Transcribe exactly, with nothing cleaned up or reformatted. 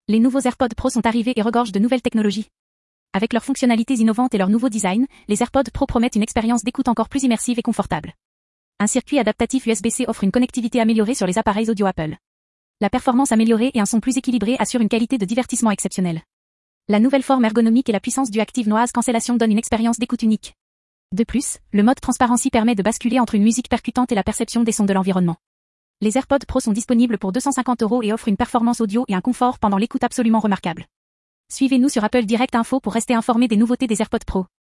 Les nouveaux AirPods Pro sont arrivés et regorgent de nouvelles technologies. Avec leurs fonctionnalités innovantes et leur nouveau design, les AirPods Pro promettent une expérience d'écoute encore plus immersive et confortable. Un circuit adaptatif U S B C offre une connectivité améliorée sur les appareils audio Apple. La performance améliorée et un son plus équilibré assurent une qualité de divertissement exceptionnelle. La nouvelle forme ergonomique et la puissance du Active Noise Cancellation donnent une expérience d'écoute unique. De plus, le mode Transparency permet de basculer entre une musique percutante et la perception des sons de l'environnement. Les AirPods Pro sont disponibles pour deux cent cinquante euros et offrent une performance audio et un confort pendant l'écoute absolument remarquable. Suivez-nous sur Apple Direct Info pour rester informé des nouveautés des AirPods Pro.